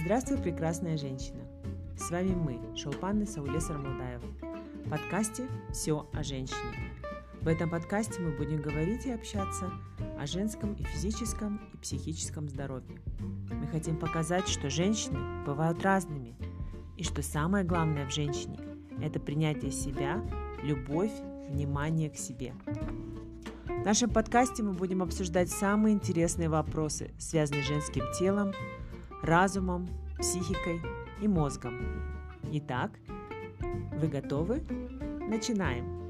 Здравствуй, прекрасная женщина! С вами мы, Шолпан Сауле Сармалдаева, в подкасте «Все о женщине». В этом подкасте мы будем говорить и общаться о женском и физическом, и психическом здоровье. Мы хотим показать, что женщины бывают разными, и что самое главное в женщине – это принятие себя, любовь, внимание к себе. В нашем подкасте мы будем обсуждать самые интересные вопросы, связанные с женским телом, разумом, психикой и мозгом. Итак, вы готовы? Начинаем!